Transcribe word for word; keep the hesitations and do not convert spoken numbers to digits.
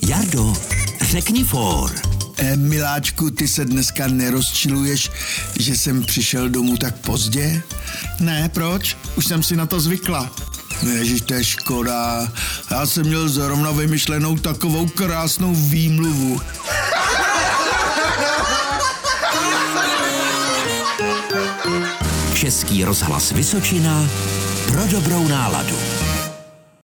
Jardo, řekni for. E, miláčku, ty se dneska nerozčiluješ, že jsem přišel domů tak pozdě? Ne, proč? Už jsem si na to zvykla. Ježiš, to je škoda. Já jsem měl zrovna vymyšlenou takovou krásnou výmluvu. Český rozhlas Vysočina pro dobrou náladu.